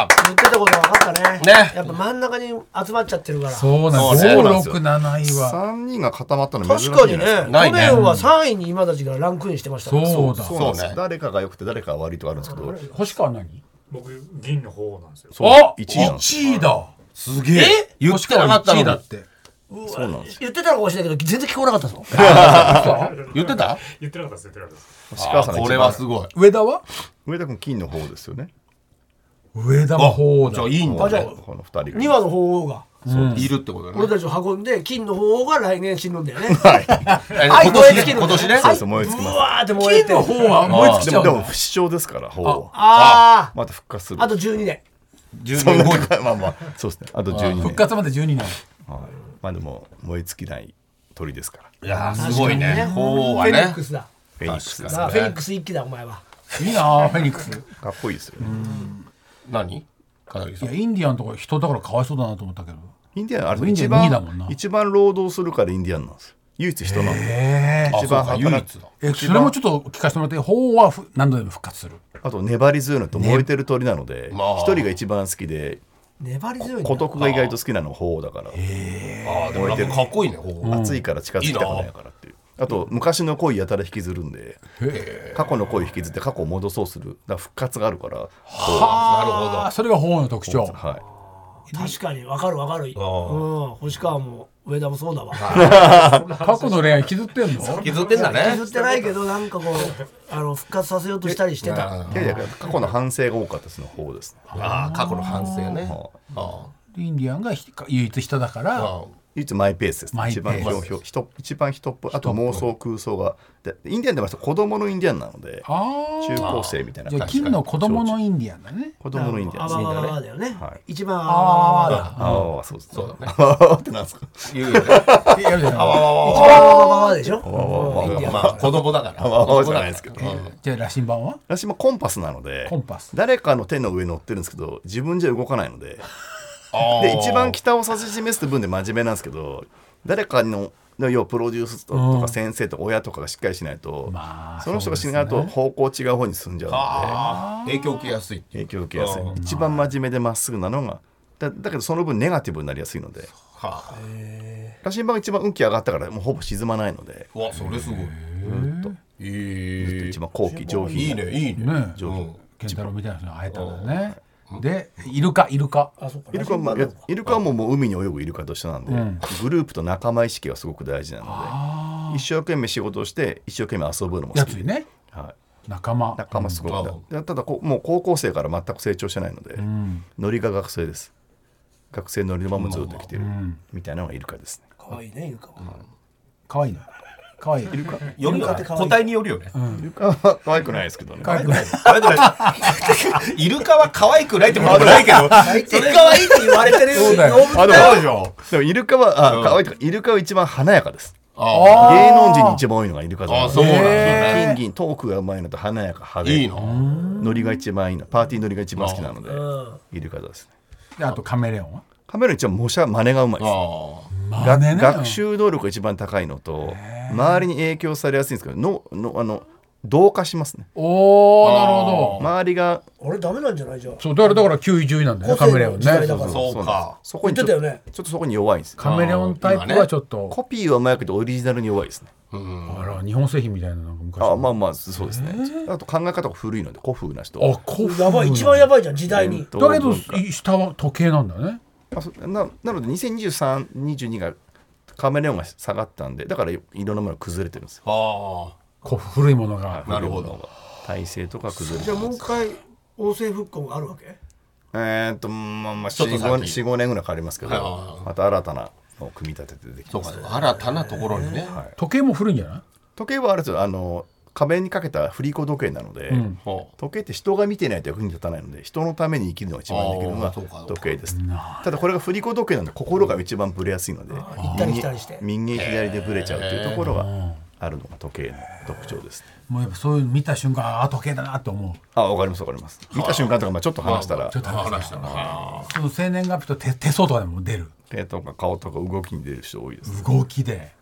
言ってたこと分かったね。 ね。 やっぱ真ん中に集まっちゃってるから。 そうなんです。5、6、7位は 3人が固まったの珍しい確かにね。 ないね去年は3位に今たちがランクインしてましたから。 そうだ。 そうなんです。誰かが良くて誰かが悪いとかあるんですけど、 星川何？ 僕銀の方なんですよ。 そうあ、 1位なんですよ。 1位だ。 すげえ。言ってなかったの 1位だって。 そうなんですよ。 言ってたのかもしれないけど全然聞こえなかったぞ。 言ってた？ 言ってなかったです。言ってなかったです。 星川さんがこれはすごい。 上田は？ 上田君金の方ですよね。 上田の方だ。 じゃあいいんだ。 あ、じゃあこの2人が 2羽の鳳凰がいるってことだね。 俺たちを運んで金の鳳凰が来年死ぬんだよね。 今年ね。 そうです、燃え尽きうます。 わーって燃えて。 金の方は燃え尽きちゃうんだ。 でも不死鳥ですから、方はあまた復活する。 あ。あと12年。 そんなまあまあそうですね。あと12年。 復活まで12年。 はい。まあでも燃え尽きない鳥ですから。 いやーすごいね。鳳凰はフェニッねク。スだ。 フェニックスです。 フェニックス一機だお前は。 いいなフェニックス。 かっこいいですよね。 何？片桐さん。 いやインディアンとか人だからかわいそうだなと思ったけど。 インディアンあれインディアン2位だもんな一番労働するからインディアンなんですよ。唯一人なんで。 え一番あそうか唯働一だ。 それもちょっと聞かせてもらって、鳳凰は何度でも復活する。 あと粘り強いのと燃えてる鳥なので、 まあ一人が一番好きで粘り強いんだ。 孤独が意外と好きなのが鳳凰だから。 あーでもなんかかっこいいね。鳳凰。 暑いから近づきたくないからっていう。あと昔の恋やたら引きずるんで、過去の恋引きずって過去を戻そうする。だから復活があるから。 なるほど。 それが鳳凰の特徴。 はい。 確かに分かる分かる。星川も上田もそうだわ。 過去の恋愛引きずってんの？ 削ってんだね。 譲ってないけどなんかこう復活させようとしたりしてた。 いやいや過去の反省が多かったですね鳳凰ですね。 ああ過去の反省ね。あインディアンが唯一人だからあ。 唯一マイペースですね。 マイペース一番人っぽい。あと妄想空想がでインディアンでました子供のインディアンなので中高生みたいなじゃあ感じ。 金の子供のインディアンだね。 子供のインディアンあわですね。 わわだよねはい。 一番あわわだ。 ああそうですね。 そうだね。 あわわってなんですか。 言うよね。 やるじゃない。 一番あわわでしょ。インディアンまあ子供だから。 あわわじゃないですけど。 じゃあ羅針盤は？ 私もコンパスなのでコンパス誰かの手の上に乗ってるんですけど自分じゃ動かないので。 あーで一番北を指し示す分で真面目なんですけど誰かの要はプロデュースとか先生とか親とかがしっかりしないと、 まあその人がしないと方向違う方に進んじゃうので影響受けやすいっていう。 影響を受けやすい一番真面目でまっすぐなのがだけどその分ネガティブになりやすいのではあ。 羅針盤が一番運気上がったからもうほぼ沈まないのでうわそれすごい。 ずっと一一番後期上品いいねいいね。 ね上品健太郎みたいな人に会えたんだね。でイルカあそっか。 イルカはまあイルカはもう海に泳ぐイルカと一緒なんで、グループと仲間意識がすごく大事なので一生懸命仕事をして一生懸命遊ぶのも好きで、 やつにねはい、 仲間。 仲間すごく、 うんただもう高校生から全く成長してないので、ノリが学生です学生ノリのままずっと来てるみたいなのがイルカですね。 可愛いねイルカは。 可愛いの。可愛い。イルカ。 より個体によるよね。 イルカは可愛くないですけどね。 可愛くない。 可愛くないイルカは可愛くないってこともないけど。 それ可愛いって言われてるそうだよ動物あでだよ。 でしょ。 でもイルカは可愛いとかイルカは一番華やかですあ芸能人に一番多いのがイルカだあそうなんだね。 金銀トークがうまいのと華やか派手いいの。 ノリが一番いいのパーティーノリが一番好きなのでイルカですね。 であとカメレオンは？ カメラ一番模写真似がうまいですあ真似ね学習能力が一番高いのと周りに影響されやすいんですけど同化しますね。 おおなるほど。 周りが俺ダメなんじゃないじゃん。 そうだから9位10位なんだよねカメレオンね。 個性の時代だからそうか。 そこに言ってたよね。 ちょっとそこに弱いんですよ。 カメレオンタイプはちょっとコピーはうまいけどオリジナルに弱いですね。 あら日本製品みたいななんか昔あまあまあそうですね。あと考え方が古いので古風な人。 あ古風やばい一番やばいじゃん時代に。 だけど下は時計なんだね。 なので2023、22がカメレオンが下がったんでだからいろんなものが崩れてるんですよ。 あ古いものが。 なるほど。 体勢とか崩れじゃあてるんです。 もう一回王政復興があるわけ？ まあちょっと先 4、5年ぐらいかかりますけどはいまた新たなのを組み立ててできそうかます。 新たなところにね。 時計も古いんじゃない？ 時計はあれですよ壁にかけた振り子時計なので、 ほ時計って人が見てないと役に立たないので人のために生きるのが一番できるのがあーそうか時計です。ただこれが振り子時計なんで心が一番ブレやすいので行ったり来たりして。 右へ左でブレちゃうというところがあるのが時計の特徴ですね。 もうやっぱそういうの見た瞬間時計だなと思う。 わかりますわかります。見た瞬間とかちょっと話したらちょっと話したな。 その生年月日と手相とかでも出る。 手とか顔とか動きに出る人多いです。 動きで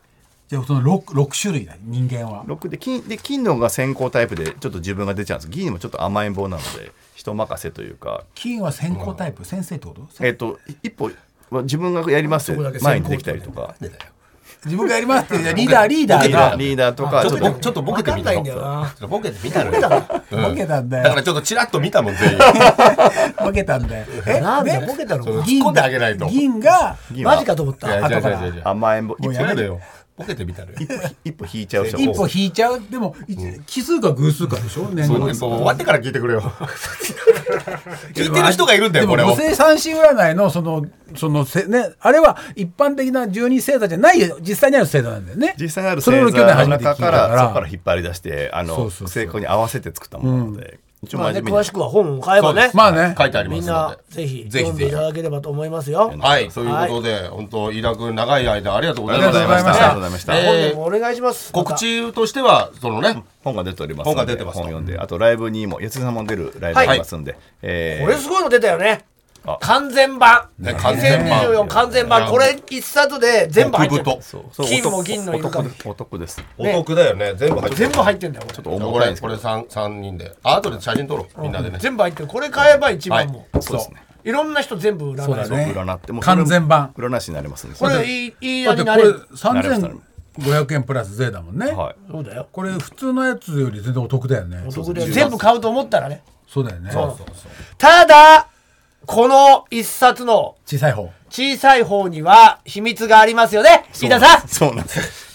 じゃあその 6種類だ人間は。 6で金のが先行タイプでちょっと自分が出ちゃうんです。銀もちょっと甘えん坊なので人任せというか。 金は先行タイプ、先生ってこと？ 一歩は自分がやりますって前にできたりとか。 自分がやりますってリーダーとかちょっとボケてみたの。ボケてみたの。 ボケたんだよ。 だからちょっとチラッと見たもん全員。 ボケたんだよ。 なんでボケたの？ 突っ込んであげないと。 銀がマジかと思った。 甘えん坊。 もうやめろよ。ボケてみたのよ。 一歩引いちゃう人。 一歩引いちゃう。でも奇数か偶数かでしょ。年後終わってから聞いてくれよ。聞いてる人がいるんだよこれを。 五星三神占いのそのね、あれは一般的な12星座じゃないよ。実際にある星座なんだよね。 実際にある星座の中からそこから引っ張り出して成功に合わせて作ったものなので。 詳しくは本を買えばね、 書いてありますので、 みんなぜひ読んでいただければと思いますよ。 はい、ということで本当飯田君長い間ありがとうございました。 本年もお願いします。 告知としてはそのね本が出ております。 本が出てます。 本読んで、あとライブにも安田さんも出るライブありますんで、これすごいの出たよね。完全版、2024完全版、これ一冊で全部入ってる。金も銀の色かお得です。 お得だよね。全部入ってんだよ。 ちょっと重たいんですけど、 これ3人で後で写真撮ろうみんなでね。 全部入ってる。これ買えば一番もそうですね。 いろんな人全部占って完全版占しになりますんで。 これいいやになれる。 3500円プラス税だもんね。 そうだよ。 これ普通のやつより全然お得だよね。 全部買うと思ったらね。 そうだよね。 ただこの一冊の小さい方には秘密がありますよね、飯田さん。 そうなんです。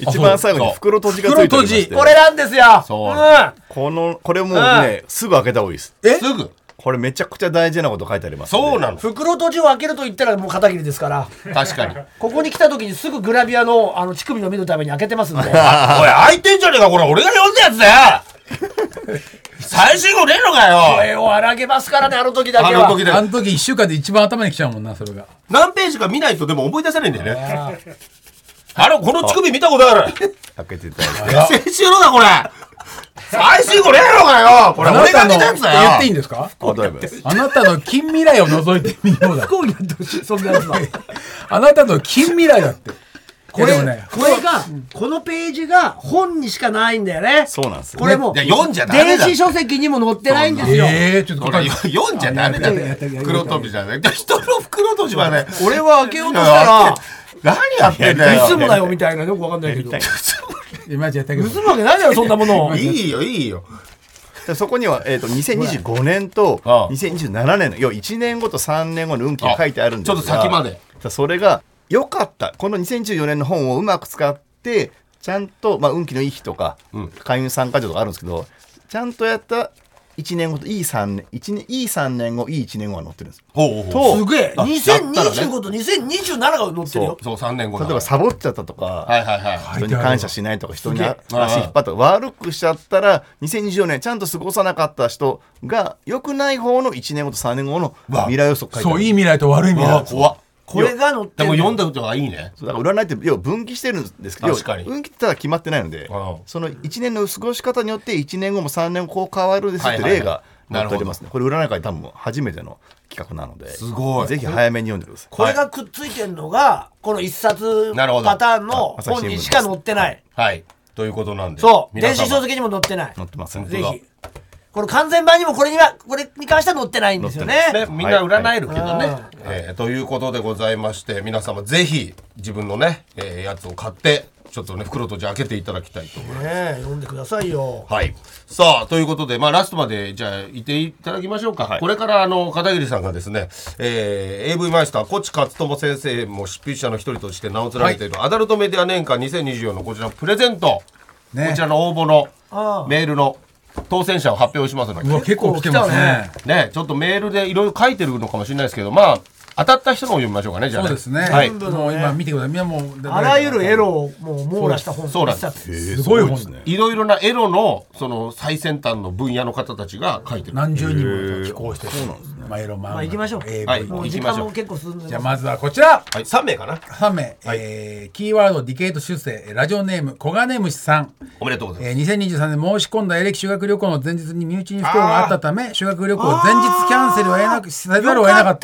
一番最後に袋閉じがついておりまして、 これなんですよ。 これもうねすぐ開けた方がいいです。 すぐ。 これめちゃくちゃ大事なこと書いてあります。 そうなの。 袋閉じを開けると言ったらもう片桐ですから。 確かに。 ここに来た時にすぐグラビアの乳首を見るために開けてますんで。おい開いてんじゃねえかこれ、俺が読んだやつだよ。最新号ねえのかよ。 声を荒げますからね、あの時だけは。 あの時1週間で一番頭にきちゃうもんな、それが。 何ページか見ないとでも思い出せないんだよね。この乳首見たことある。 開けていただいて。 先週のだこれ。最新号ねえのかよ。これ俺が開けたやつだよ。 言っていいんですか？あなたの近未来を覗いてみようだ。 そんなやつだ。 あなたの近未来だって。 これがこのページが本にしかないんだよね。 そうなんです。 これも読んじゃダメだ。 電子書籍にも載ってないんですよ。 ちょっと読んじゃダメだ。袋閉じじゃない。人の袋閉じはね。 俺は開けようとしたら何やってんだよ。 盗むなよみたいなよくわかんないけど。盗むわけないだろそんなもの。 いいよ。 そこには2025年と2027年の要は1年後と3年後の運気が書いてあるんですが、 ちょっと先まで。 それが良かったこの2024年の本をうまく使ってちゃんと、運気のいい日とか、開運参加条とかあるんですけど、ちゃんとやった1年後といい3年後いい1年後が載ってるんです。 すげえ。2025と2027が載ってるよ。 そう3年後。 例えばサボっちゃったとか、人に感謝しないとか、人に足引っ張った悪くしちゃったら2024年ちゃんと過ごさなかった人が良くない方の1年後と3年後の未来予測書いてある。 そう、いい未来と悪い未来。 怖っ。 これが載ってる。 でも読んだことはいいね。 だから占いって要は分岐してるんですけど、運気ってただ決まってないので、その1年の過ごし方によって1年後も3年後こう変わるですって例が載っておりますね。これ占い界多分初めての企画なので、 すごい。 ぜひ早めに読んでください。 これがくっついてるのがこの一冊パターンの本にしか載ってない。 はい。ということなんで。 そう。電子書籍にも載ってない。 載ってますね。 ぜひ。この完全版にもこれに関しては載ってないんですよね。 みんな占えるけどね。ということでございまして、皆様ぜひ自分のねやつを買ってちょっとね袋閉じ開けていただきたいと思います。 読んでくださいよ。 はい。さあということでラストまでじゃあいていただきましょうか。これから片桐さんがですね、AV マイスター越智勝友先生も執筆者の一人として名を連ねているアダルトメディア年間2024のこちらのプレゼント、こちらの応募のメールの当選者を発表しますので、 結構来てますね。 ちょっとメールでいろいろ書いてるのかもしれないですけど、当たった人のを読みましょうかね。じゃあそうですね。もう今見てください。みんなもうあらゆるエロをもう網羅した本。 そうなんです。 すごい本ですね。 いろいろなエロのその最先端の分野の方たちが書いてる。 何十人も寄稿してる。そうなんですね。エロ漫画。 行きましょう。もう時間も結構進んでます。 じゃあまずはこちら。 3名かな。 3名。キーワードディケート修正ラジオネーム小金虫さん。 おめでとうございます。 2023年申し込んだエレキ修学旅行の前日に身内に不幸があったため修学旅行前日キャンセルをせざるを得なかった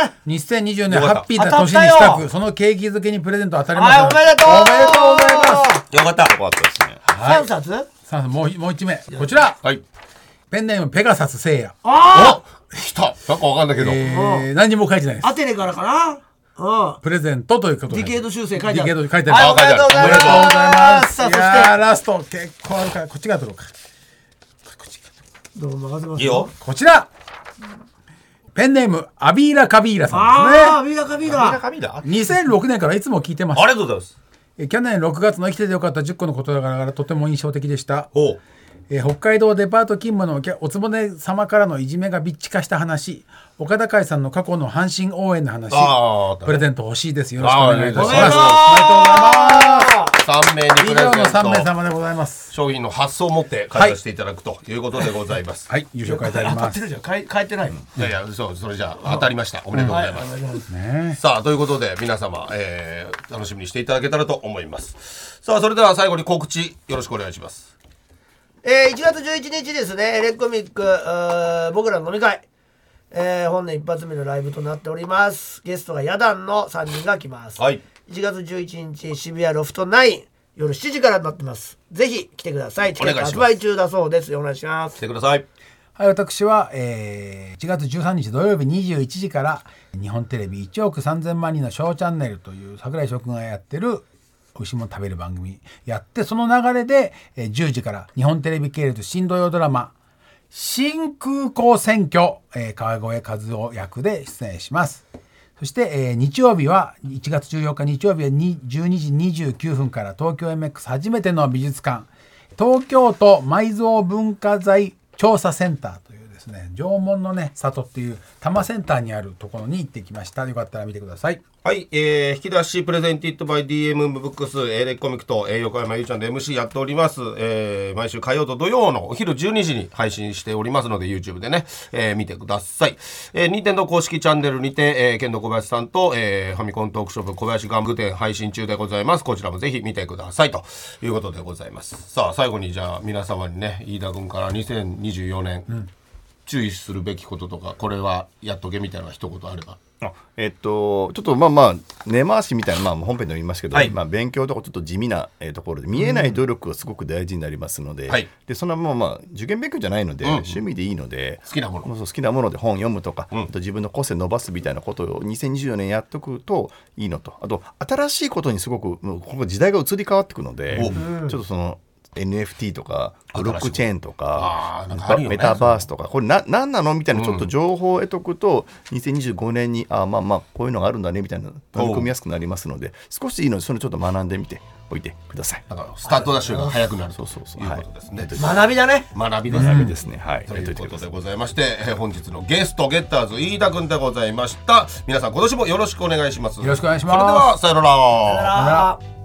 。2024年ハッピーな年にしたくその景気づけにプレゼント当たります。 おめでとうございます。 よかった。 よかったですね。 3冊。 さあもう1名こちら、 はい。 ペンネームペガサス聖夜。 あお、来た。なんかわかんないけど。 何にも書いてないです。 アテネからかな。 プレゼントということで。 ディケード修正書いてある。 ディケード書いてある。 はい、おめでとうございます。 おめでとうございます。 さあ、そいやしーラスト結構あるからこっちが取ろうか。 て、どうも任せますいいよ。 こちらペンネームアビーラカビーラさんああ、ビラカビラ。 紙だ。 ですね。2006年からいつも聞いてますありがとうございます。 去年6月の生きててよかった10個のことだからとても印象的でした。 おう。 北海道デパート勤務のおつぼね様からのいじめがビッチ化した話、岡田海さんの過去の阪神応援の話、 あープレゼント欲しいです。よろしくお願いいたします。 あーおめでとうございます。 3名にプ以上のレゼン 3名ト。 様でございます。 商品の発送を持って返させていただくということでございます。 はい、優勝会いただきます。 当たってるじゃん。変えてないの。 いやいや、そう、それじゃあ当たりました。おめでとうございます。 ねさあということで皆様、楽しみにしていただけたらと思います。さあそれでは最後に告知よろしくお願いします。 1月11日ですね、エレコミック僕らの飲み会、本年一発目のライブとなっております。ゲストがヤダンの3人が来ます。 はい。 1月11日渋谷ロフト9夜7時からになってます。ぜひ来てください。チケット発売中だそうです。お願いしま来す。 てください。 はい、私は、1月13日土曜日21時から日本テレビ1億3000万人のショーチャンネルという櫻井翔くんがやってる美味しいもの食べる番組やって、その流れで、10時から日本テレビ系列新土曜ドラマ新空港選挙、川越和夫役で出演します。そして、日曜日は1月14日日曜日は12時29分から東京 MX 初めての美術館東京都埋蔵文化財調査センターというですね、縄文のね里っていう多摩センターにあるところに行ってきました。よかったら見てください。 はい、引き出しプレゼンティッドバイ DM ブックスエレコミックと、横山ゆうちゃんで MC やっております。毎週火曜と土曜のお昼12時に配信しておりますので YouTube でね、見てください。任天堂公式チャンネルにて、剣道小林さんと、ファミコントークショップ小林玩具店配信中でございます。こちらもぜひ見てくださいということでございます。さあ最後にじゃあ皆様にね、飯田君から2024年、注意するべきこととか、これはやっとけみたいな一言あれば。 ちょっと根回しみたいな、本編でも言いますけど、 はい勉強とかちょっと地味な、ところで見えない努力がすごく大事になりますので、 はいでそんな受験勉強じゃないので、趣味でいいので好きなものそう好きなもので本読むとか、あと自分の個性伸ばすみたいなことを2024年やっとくといいのと、あと新しいことにすごくもうここ時代が移り変わっていくので、ちょっとそのNFT とかブロックチェーンとかなんかあるよねメタバースとかこれ何なのみたいなちょっと情報を得とくと、2025年にこういうのがあるんだねみたいな取り組みやすくなりますので、少しいいのでそれちょっと学んでみておいてください。 だからスタートダッシュが早くなるというそうことですね。 学びだね。 学びですね。 学びですね。はい。 ということでございまして、本日のゲストゲッターズ飯田君でございました。皆さん今年もよろしくお願いします。 よろしくお願いします。 それではさよなら。 さよなら。